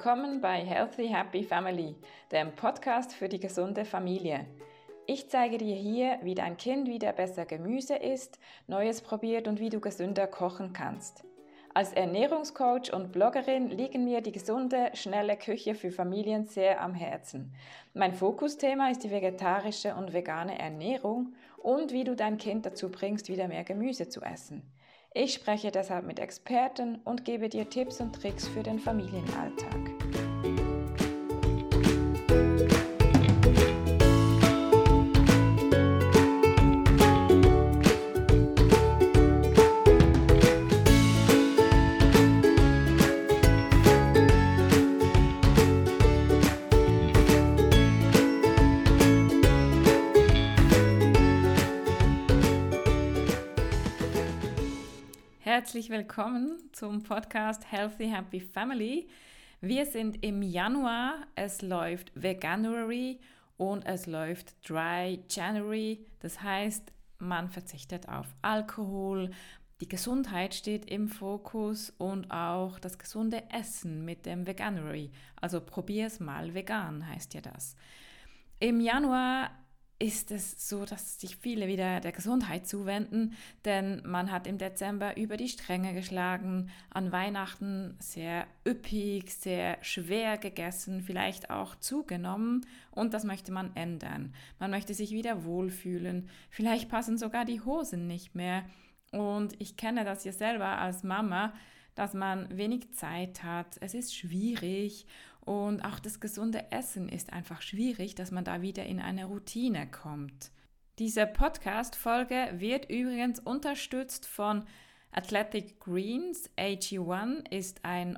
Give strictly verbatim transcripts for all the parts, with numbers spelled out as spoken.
Willkommen bei Healthy Happy Family, dem Podcast für die gesunde Familie. Ich zeige dir hier, wie dein Kind wieder besser Gemüse isst, Neues probiert und wie du gesünder kochen kannst. Als Ernährungscoach und Bloggerin liegen mir die gesunde, schnelle Küche für Familien sehr am Herzen. Mein Fokusthema ist die vegetarische und vegane Ernährung und wie du dein Kind dazu bringst, wieder mehr Gemüse zu essen. Ich spreche deshalb mit Experten und gebe dir Tipps und Tricks für den Familienalltag. Herzlich willkommen zum Podcast Healthy Happy Family. Wir sind im Januar, es läuft Veganuary und es läuft Dry January. Das heißt, man verzichtet auf Alkohol, die Gesundheit steht im Fokus und auch das gesunde Essen mit dem Veganuary. Also probier es mal vegan, heißt ja das. Im Januar ist es so, dass sich viele wieder der Gesundheit zuwenden, denn man hat im Dezember über die Stränge geschlagen, an Weihnachten sehr üppig, sehr schwer gegessen, vielleicht auch zugenommen und das möchte man ändern. Man möchte sich wieder wohlfühlen, vielleicht passen sogar die Hosen nicht mehr und ich kenne das ja selber als Mama, dass man wenig Zeit hat, es ist schwierig und auch das gesunde Essen ist einfach schwierig, dass man da wieder in eine Routine kommt. Diese Podcast-Folge wird übrigens unterstützt von Athletic Greens. A G eins ist ein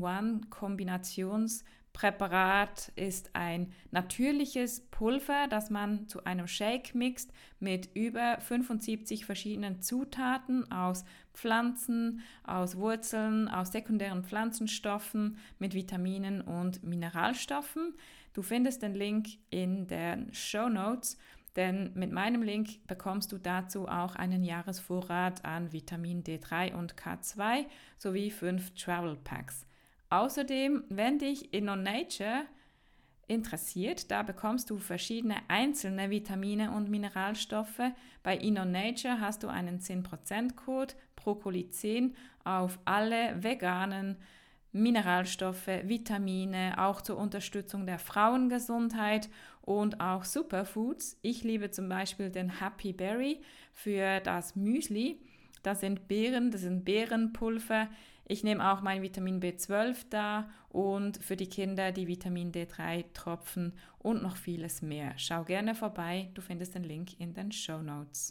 All-in-One-Kombinationspräparat, ist ein natürliches Pulver, das man zu einem Shake mixt mit über fünfundsiebzig verschiedenen Zutaten aus Pflanzen, aus Wurzeln, aus sekundären Pflanzenstoffen, mit Vitaminen und Mineralstoffen. Du findest den Link in den Shownotes, denn mit meinem Link bekommst du dazu auch einen Jahresvorrat an Vitamin D drei und K zwei sowie fünf Travel Packs. Außerdem, wenn dich InnoNature interessiert, da bekommst du verschiedene einzelne Vitamine und Mineralstoffe. Bei InnoNature hast du einen zehn Prozent Code Brokkoli zehn auf alle veganen Mineralstoffe, Vitamine, auch zur Unterstützung der Frauengesundheit und auch Superfoods. Ich liebe zum Beispiel den Happy Berry für das Müsli. Das sind Beeren, das sind Beerenpulver. Ich nehme auch mein Vitamin B zwölf da und für die Kinder die Vitamin D drei Tropfen und noch vieles mehr. Schau gerne vorbei, du findest den Link in den Shownotes.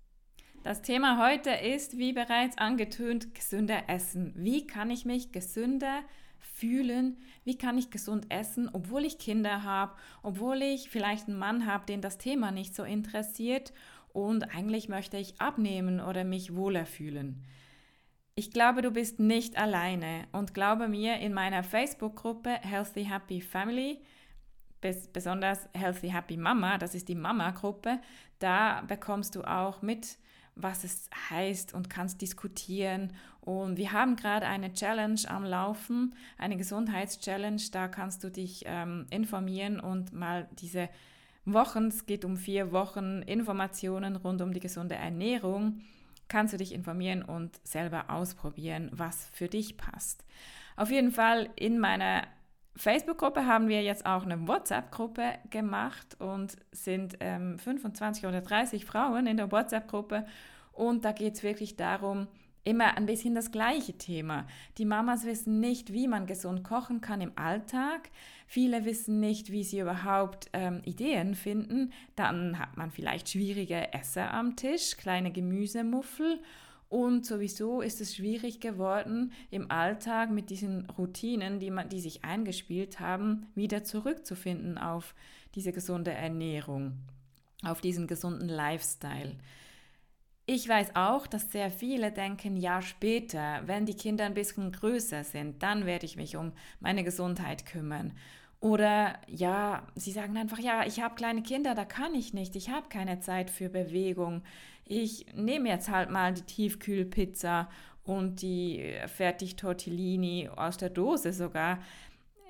Das Thema heute ist, wie bereits angetönt, gesünder Essen. Wie kann ich mich gesünder fühlen? Wie kann ich gesund essen, obwohl ich Kinder habe, obwohl ich vielleicht einen Mann habe, den das Thema nicht so interessiert und eigentlich möchte ich abnehmen oder mich wohler fühlen? Ich glaube, du bist nicht alleine und glaube mir, in meiner Facebook-Gruppe Healthy Happy Family, bes- besonders Healthy Happy Mama, das ist die Mama-Gruppe, da bekommst du auch mit, was es heißt und kannst diskutieren. Und wir haben gerade eine Challenge am Laufen, eine Gesundheitschallenge, da kannst du dich ähm, informieren und mal diese Wochen, es geht um vier Wochen, Informationen rund um die gesunde Ernährung, kannst du dich informieren und selber ausprobieren, was für dich passt. Auf jeden Fall in meiner Facebook-Gruppe haben wir jetzt auch eine WhatsApp-Gruppe gemacht und sind ähm, fünfundzwanzig oder dreißig Frauen in der WhatsApp-Gruppe und da geht es wirklich darum, immer ein bisschen das gleiche Thema. Die Mamas wissen nicht, wie man gesund kochen kann im Alltag. Viele wissen nicht, wie sie überhaupt ähm, Ideen finden. Dann hat man vielleicht schwierige Esser am Tisch, kleine Gemüsemuffel. Und sowieso ist es schwierig geworden, im Alltag mit diesen Routinen, die, man, die sich eingespielt haben, wieder zurückzufinden auf diese gesunde Ernährung, auf diesen gesunden Lifestyle. Ich weiß auch, dass sehr viele denken, ja später, wenn die Kinder ein bisschen größer sind, dann werde ich mich um meine Gesundheit kümmern. Oder ja, sie sagen einfach, ja, ich habe kleine Kinder, da kann ich nicht, ich habe keine Zeit für Bewegung. Ich nehme jetzt halt mal die Tiefkühlpizza und die Fertig-Tortellini aus der Dose sogar.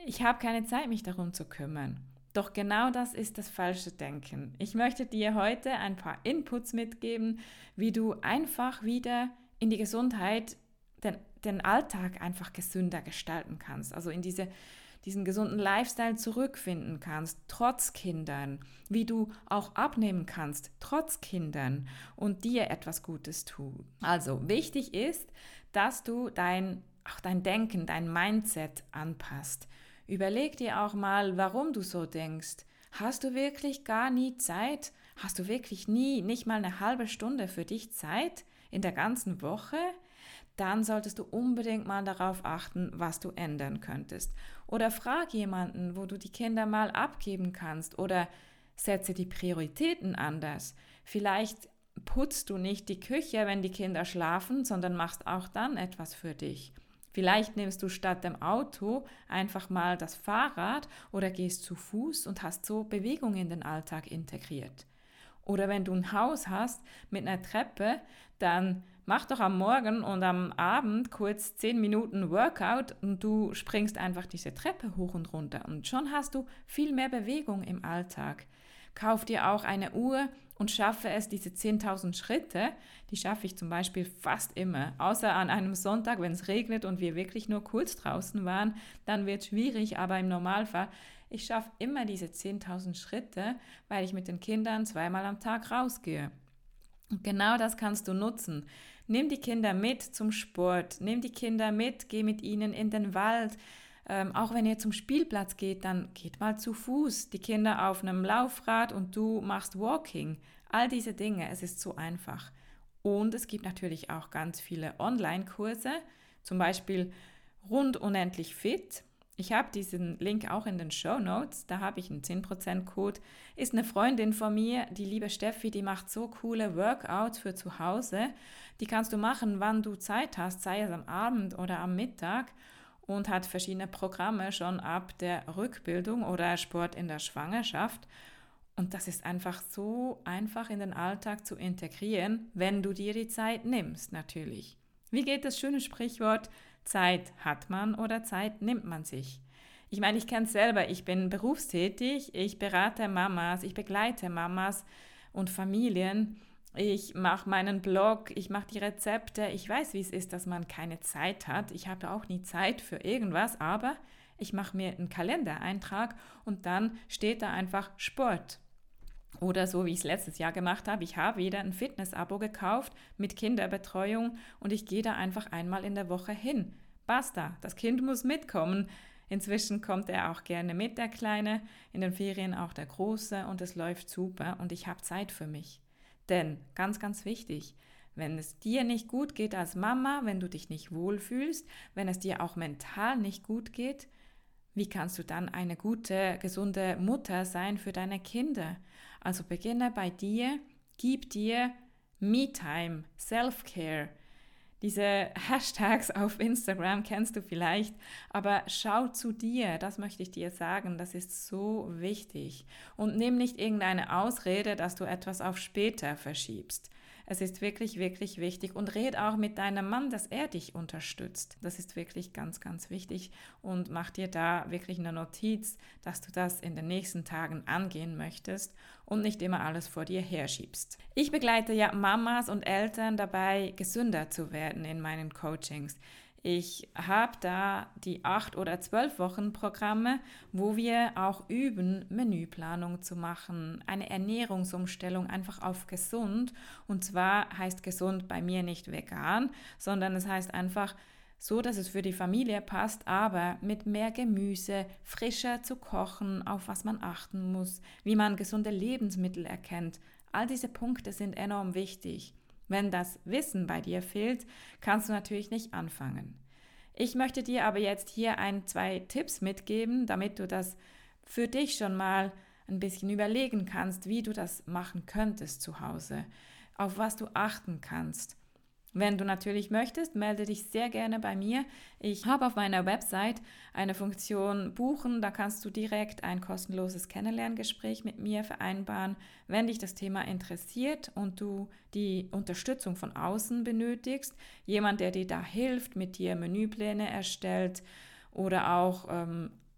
ich habe keine Zeit, mich darum zu kümmern. Doch genau das ist das falsche Denken. Ich möchte dir heute ein paar Inputs mitgeben, wie du einfach wieder in die Gesundheit, den, den Alltag einfach gesünder gestalten kannst. Also in diese, diesen gesunden Lifestyle zurückfinden kannst, trotz Kindern. Wie du auch abnehmen kannst, trotz Kindern und dir etwas Gutes tun. Also wichtig ist, dass du dein, auch dein Denken, dein Mindset anpasst. Überleg dir auch mal, warum du so denkst. Hast du wirklich gar nie Zeit? Hast du wirklich nie, nicht mal eine halbe Stunde für dich Zeit in der ganzen Woche? Dann solltest du unbedingt mal darauf achten, was du ändern könntest. Oder frag jemanden, wo du die Kinder mal abgeben kannst. Oder setze die Prioritäten anders. Vielleicht putzt du nicht die Küche, wenn die Kinder schlafen, sondern machst auch dann etwas für dich. Vielleicht nimmst du statt dem Auto einfach mal das Fahrrad oder gehst zu Fuß und hast so Bewegung in den Alltag integriert. Oder wenn du ein Haus hast mit einer Treppe, dann mach doch am Morgen und am Abend kurz zehn Minuten Workout und du springst einfach diese Treppe hoch und runter. Und schon hast du viel mehr Bewegung im Alltag. Kauf dir auch eine Uhr und schaffe es, diese zehntausend Schritte, die schaffe ich zum Beispiel fast immer, außer an einem Sonntag, wenn es regnet und wir wirklich nur kurz draußen waren, dann wird es schwierig, aber im Normalfall, ich schaffe immer diese zehntausend Schritte, weil ich mit den Kindern zweimal am Tag rausgehe. Und genau das kannst du nutzen. Nimm die Kinder mit zum Sport, nimm die Kinder mit, geh mit ihnen in den Wald. Ähm, auch wenn ihr zum Spielplatz geht, dann geht mal zu Fuß, die Kinder auf einem Laufrad und du machst Walking. All diese Dinge, es ist so einfach. Und es gibt natürlich auch ganz viele Online-Kurse, zum Beispiel Rund Unendlich Fit. Ich habe diesen Link auch in den Shownotes, da habe ich einen zehn Prozent Code. Ist eine Freundin von mir, die liebe Steffi, die macht so coole Workouts für zu Hause. Die kannst du machen, wann du Zeit hast, sei es am Abend oder am Mittag. Und hat verschiedene Programme schon ab der Rückbildung oder Sport in der Schwangerschaft. Und das ist einfach so einfach in den Alltag zu integrieren, wenn du dir die Zeit nimmst, natürlich. Wie geht das schöne Sprichwort, Zeit hat man oder Zeit nimmt man sich? Ich meine, ich kenne es selber, ich bin berufstätig, ich berate Mamas, ich begleite Mamas und Familien. Ich mache meinen Blog, ich mache die Rezepte, ich weiß, wie es ist, dass man keine Zeit hat. Ich habe auch nie Zeit für irgendwas, aber ich mache mir einen Kalendereintrag und dann steht da einfach Sport. Oder so, wie ich es letztes Jahr gemacht habe, ich habe wieder ein Fitness-Abo gekauft mit Kinderbetreuung und ich gehe da einfach einmal in der Woche hin. Basta, das Kind muss mitkommen. Inzwischen kommt er auch gerne mit, der Kleine, in den Ferien auch der Große und es läuft super und ich habe Zeit für mich. Denn, ganz, ganz wichtig, wenn es dir nicht gut geht als Mama, wenn du dich nicht wohlfühlst, wenn es dir auch mental nicht gut geht, wie kannst du dann eine gute, gesunde Mutter sein für deine Kinder? Also beginne bei dir, gib dir Me-Time, Self-Care. Diese Hashtags auf Instagram kennst du vielleicht, aber schau zu dir, das möchte ich dir sagen, das ist so wichtig. Und nimm nicht irgendeine Ausrede, dass du etwas auf später verschiebst. Es ist wirklich, wirklich wichtig und red auch mit deinem Mann, dass er dich unterstützt. Das ist wirklich ganz, ganz wichtig und mach dir da wirklich eine Notiz, dass du das in den nächsten Tagen angehen möchtest und nicht immer alles vor dir herschiebst. Ich begleite ja Mamas und Eltern dabei, gesünder zu werden in meinen Coachings. Ich habe da die acht oder zwölf Wochen Programme, wo wir auch üben, Menüplanung zu machen, eine Ernährungsumstellung einfach auf gesund. Und zwar heißt gesund bei mir nicht vegan, sondern es heißt einfach so, dass es für die Familie passt, aber mit mehr Gemüse, frischer zu kochen, auf was man achten muss, wie man gesunde Lebensmittel erkennt. All diese Punkte sind enorm wichtig. Wenn das Wissen bei dir fehlt, kannst du natürlich nicht anfangen. Ich möchte dir aber jetzt hier ein, zwei Tipps mitgeben, damit du das für dich schon mal ein bisschen überlegen kannst, wie du das machen könntest zu Hause, auf was du achten kannst. Wenn du natürlich möchtest, melde dich sehr gerne bei mir. Ich habe auf meiner Website eine Funktion buchen, da kannst du direkt ein kostenloses Kennenlerngespräch mit mir vereinbaren, wenn dich das Thema interessiert und du die Unterstützung von außen benötigst. Jemand, der dir da hilft, mit dir Menüpläne erstellt oder auch ähm,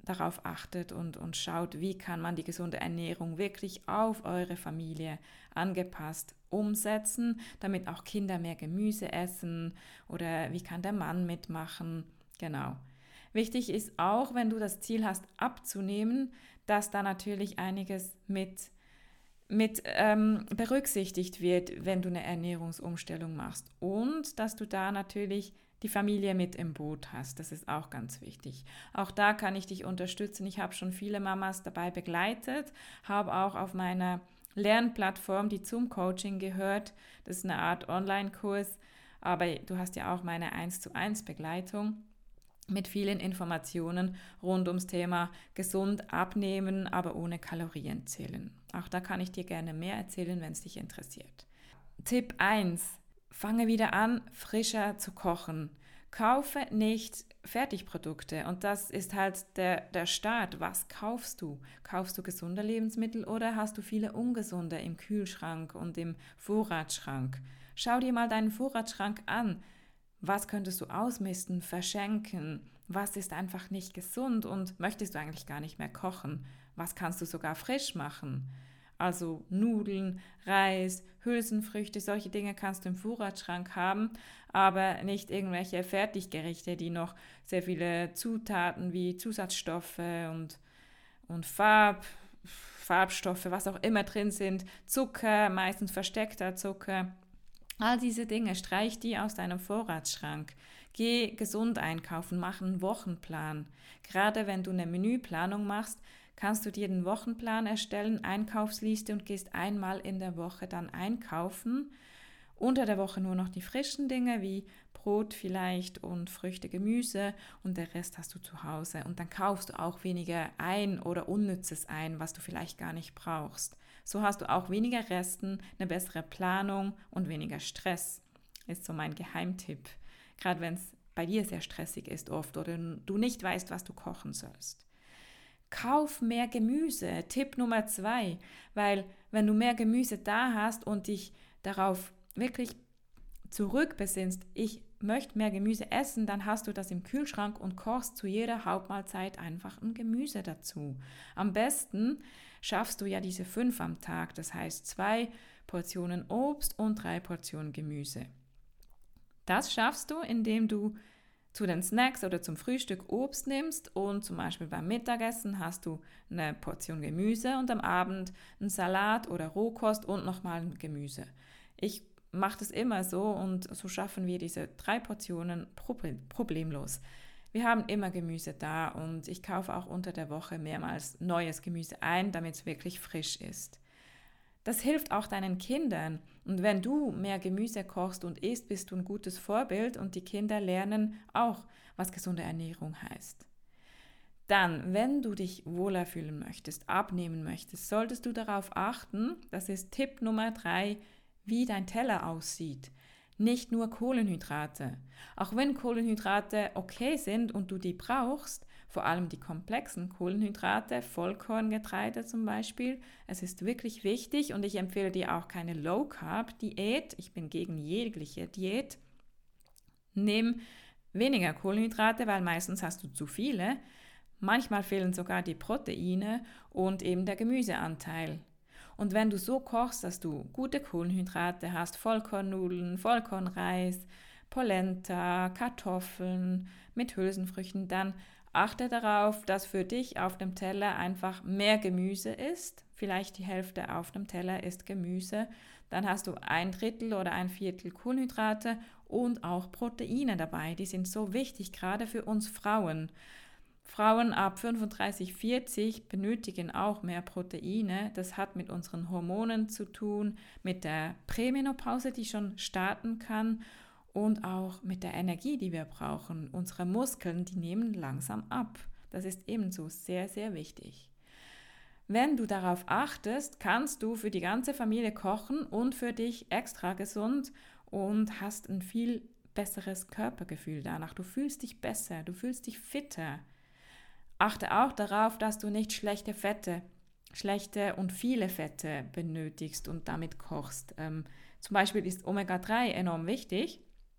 darauf achtet und, und schaut, wie kann man die gesunde Ernährung wirklich auf eure Familie angepasst umsetzen, damit auch Kinder mehr Gemüse essen oder wie kann der Mann mitmachen. Genau. Wichtig ist auch, wenn du das Ziel hast, abzunehmen, dass da natürlich einiges mit, mit ähm, berücksichtigt wird, wenn du eine Ernährungsumstellung machst und dass du da natürlich die Familie mit im Boot hast. Das ist auch ganz wichtig. Auch da kann ich dich unterstützen. Ich habe schon viele Mamas dabei begleitet, habe auch auf meiner Lernplattform die Zoom-Coaching gehört. Das ist eine Art Online-Kurs, aber du hast ja auch meine eins zu eins Begleitung mit vielen Informationen rund ums Thema gesund abnehmen, aber ohne Kalorien zählen. Auch da kann ich dir gerne mehr erzählen, wenn es dich interessiert. Tipp eins. Fange wieder an, frischer zu kochen. Kaufe nicht Fertigprodukte und das ist halt der, der Start. Was kaufst du? Kaufst du gesunde Lebensmittel oder hast du viele ungesunde im Kühlschrank und im Vorratsschrank? Schau dir mal deinen Vorratsschrank an. Was könntest du ausmisten, verschenken? Was ist einfach nicht gesund und möchtest du eigentlich gar nicht mehr kochen? Was kannst du sogar frisch machen? Also Nudeln, Reis, Hülsenfrüchte, solche Dinge kannst du im Vorratsschrank haben, aber nicht irgendwelche Fertiggerichte, die noch sehr viele Zutaten wie Zusatzstoffe und, und Farb, Farbstoffe, was auch immer drin sind, Zucker, meistens versteckter Zucker. All diese Dinge, streich die aus deinem Vorratsschrank. Geh gesund einkaufen, mach einen Wochenplan. Gerade wenn du eine Menüplanung machst, kannst du dir den Wochenplan erstellen, Einkaufsliste und gehst einmal in der Woche dann einkaufen. Unter der Woche nur noch die frischen Dinge wie Brot vielleicht und Früchte, Gemüse und der Rest hast du zu Hause. Und dann kaufst du auch weniger ein oder Unnützes ein, was du vielleicht gar nicht brauchst. So hast du auch weniger Resten, eine bessere Planung und weniger Stress. Ist so mein Geheimtipp. Gerade wenn es bei dir sehr stressig ist oft oder du nicht weißt, was du kochen sollst. Kauf mehr Gemüse, Tipp Nummer zwei, weil wenn du mehr Gemüse da hast und dich darauf wirklich zurückbesinnst, ich möchte mehr Gemüse essen, dann hast du das im Kühlschrank und kochst zu jeder Hauptmahlzeit einfach ein Gemüse dazu. Am besten schaffst du ja diese fünf am Tag, das heißt zwei Portionen Obst und drei Portionen Gemüse. Das schaffst du, indem du zu den Snacks oder zum Frühstück Obst nimmst und zum Beispiel beim Mittagessen hast du eine Portion Gemüse und am Abend einen Salat oder Rohkost und nochmal ein Gemüse. Ich mache das immer so und so schaffen wir diese drei Portionen problemlos. Wir haben immer Gemüse da und ich kaufe auch unter der Woche mehrmals neues Gemüse ein, damit es wirklich frisch ist. Das hilft auch deinen Kindern. Und wenn du mehr Gemüse kochst und isst, bist du ein gutes Vorbild und die Kinder lernen auch, was gesunde Ernährung heißt. Dann, wenn du dich wohler fühlen möchtest, abnehmen möchtest, solltest du darauf achten, das ist Tipp Nummer drei, wie dein Teller aussieht. Nicht nur Kohlenhydrate. Auch wenn Kohlenhydrate okay sind und du die brauchst, vor allem die komplexen Kohlenhydrate, Vollkorngetreide zum Beispiel. Es ist wirklich wichtig und ich empfehle dir auch keine Low-Carb-Diät. Ich bin gegen jegliche Diät. Nimm weniger Kohlenhydrate, weil meistens hast du zu viele. Manchmal fehlen sogar die Proteine und eben der Gemüseanteil. Und wenn du so kochst, dass du gute Kohlenhydrate hast, Vollkornnudeln, Vollkornreis, Polenta, Kartoffeln mit Hülsenfrüchten, dann achte darauf, dass für dich auf dem Teller einfach mehr Gemüse ist. Vielleicht die Hälfte auf dem Teller ist Gemüse. Dann hast du ein Drittel oder ein Viertel Kohlenhydrate und auch Proteine dabei. Die sind so wichtig, gerade für uns Frauen. Frauen ab fünfunddreißig, vierzig benötigen auch mehr Proteine. Das hat mit unseren Hormonen zu tun, mit der Prämenopause, die schon starten kann und auch mit der Energie, die wir brauchen. Unsere Muskeln, die nehmen langsam ab. Das ist ebenso sehr, sehr wichtig. Wenn du darauf achtest, kannst du für die ganze Familie kochen und für dich extra gesund und hast ein viel besseres Körpergefühl danach. Du fühlst dich besser, du fühlst dich fitter. Achte auch darauf, dass du nicht schlechte Fette, schlechte und viele Fette benötigst und damit kochst. Ähm, zum Beispiel ist Omega drei enorm wichtig,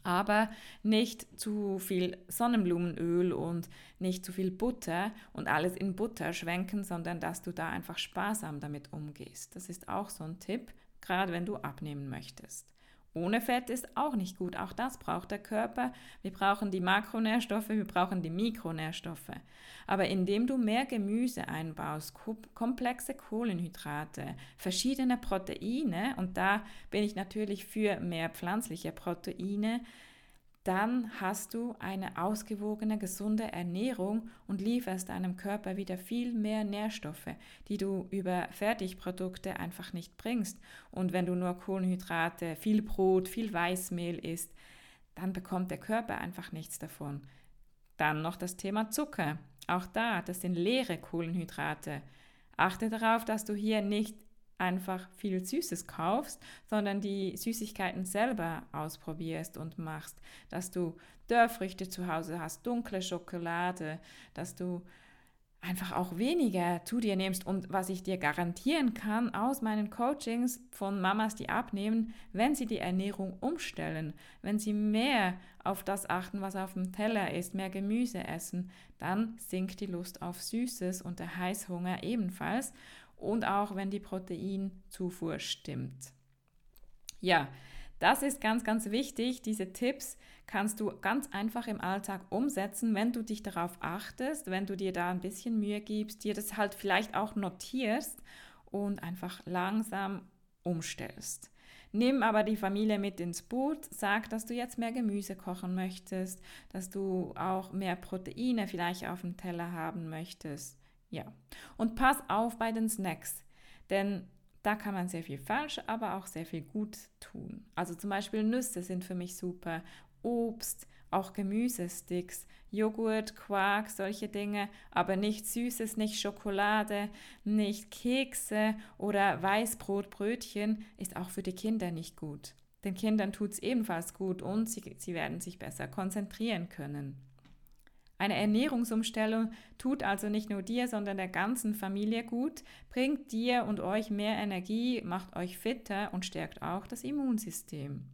Aber nicht zu viel Sonnenblumenöl und nicht zu viel Butter und alles in Butter schwenken, sondern dass du da einfach sparsam damit umgehst. Das ist auch so ein Tipp, gerade wenn du abnehmen möchtest. Ohne Fett ist auch nicht gut, auch das braucht der Körper. Wir brauchen die Makronährstoffe, wir brauchen die Mikronährstoffe. Aber indem du mehr Gemüse einbaust, komplexe Kohlenhydrate, verschiedene Proteine, und da bin ich natürlich für mehr pflanzliche Proteine, dann hast du eine ausgewogene, gesunde Ernährung und lieferst deinem Körper wieder viel mehr Nährstoffe, die du über Fertigprodukte einfach nicht bringst. Und wenn du nur Kohlenhydrate, viel Brot, viel Weißmehl isst, dann bekommt der Körper einfach nichts davon. Dann noch das Thema Zucker. Auch da, das sind leere Kohlenhydrate. Achte darauf, dass du hier nicht einfach viel Süßes kaufst, sondern die Süßigkeiten selber ausprobierst und machst, dass du Dörrfrüchte zu Hause hast, dunkle Schokolade, dass du einfach auch weniger zu dir nimmst. Und was ich dir garantieren kann aus meinen Coachings von Mamas, die abnehmen, wenn sie die Ernährung umstellen, wenn sie mehr auf das achten, was auf dem Teller ist, mehr Gemüse essen, dann sinkt die Lust auf Süßes und der Heißhunger ebenfalls. Und auch wenn die Proteinzufuhr stimmt. Ja, das ist ganz, ganz wichtig. Diese Tipps kannst du ganz einfach im Alltag umsetzen, wenn du dich darauf achtest, wenn du dir da ein bisschen Mühe gibst, dir das halt vielleicht auch notierst und einfach langsam umstellst. Nimm aber die Familie mit ins Boot, sag, dass du jetzt mehr Gemüse kochen möchtest, dass du auch mehr Proteine vielleicht auf dem Teller haben möchtest. Ja, und pass auf bei den Snacks, denn da kann man sehr viel falsch, aber auch sehr viel gut tun. Also zum Beispiel Nüsse sind für mich super, Obst, auch Gemüsesticks, Joghurt, Quark, solche Dinge, aber nicht Süßes, nicht Schokolade, nicht Kekse oder Weißbrotbrötchen ist auch für die Kinder nicht gut. Den Kindern tut es ebenfalls gut und sie, sie werden sich besser konzentrieren können. Eine Ernährungsumstellung tut also nicht nur dir, sondern der ganzen Familie gut, bringt dir und euch mehr Energie, macht euch fitter und stärkt auch das Immunsystem.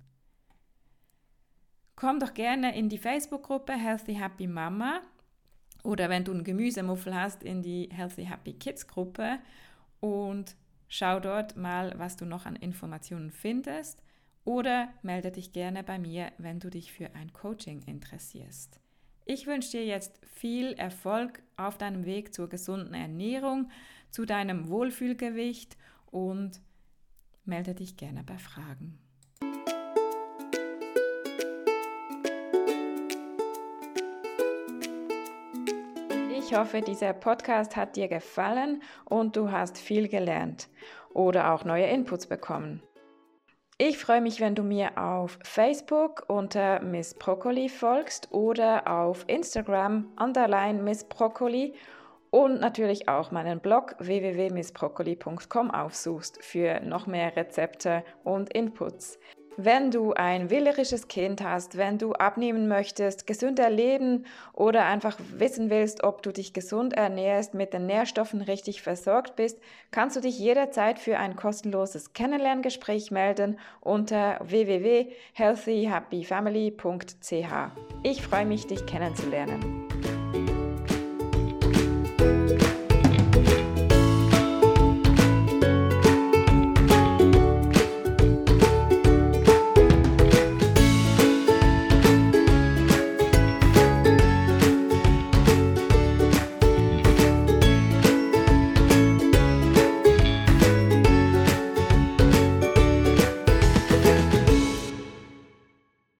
Komm doch gerne in die Facebook-Gruppe Healthy Happy Mama oder wenn du einen Gemüsemuffel hast, in die Healthy Happy Kids Gruppe und schau dort mal, was du noch an Informationen findest oder melde dich gerne bei mir, wenn du dich für ein Coaching interessierst. Ich wünsche dir jetzt viel Erfolg auf deinem Weg zur gesunden Ernährung, zu deinem Wohlfühlgewicht und melde dich gerne bei Fragen. Ich hoffe, dieser Podcast hat dir gefallen und du hast viel gelernt oder auch neue Inputs bekommen. Ich freue mich, wenn du mir auf Facebook unter Miss Broccoli folgst oder auf Instagram underline Miss Broccoli und natürlich auch meinen Blog w w w punkt miss broccoli punkt com aufsuchst für noch mehr Rezepte und Inputs. Wenn du ein wählerisches Kind hast, wenn du abnehmen möchtest, gesünder leben oder einfach wissen willst, ob du dich gesund ernährst, mit den Nährstoffen richtig versorgt bist, kannst du dich jederzeit für ein kostenloses Kennenlerngespräch melden unter w w w punkt healthy happy family punkt c h. Ich freue mich, dich kennenzulernen.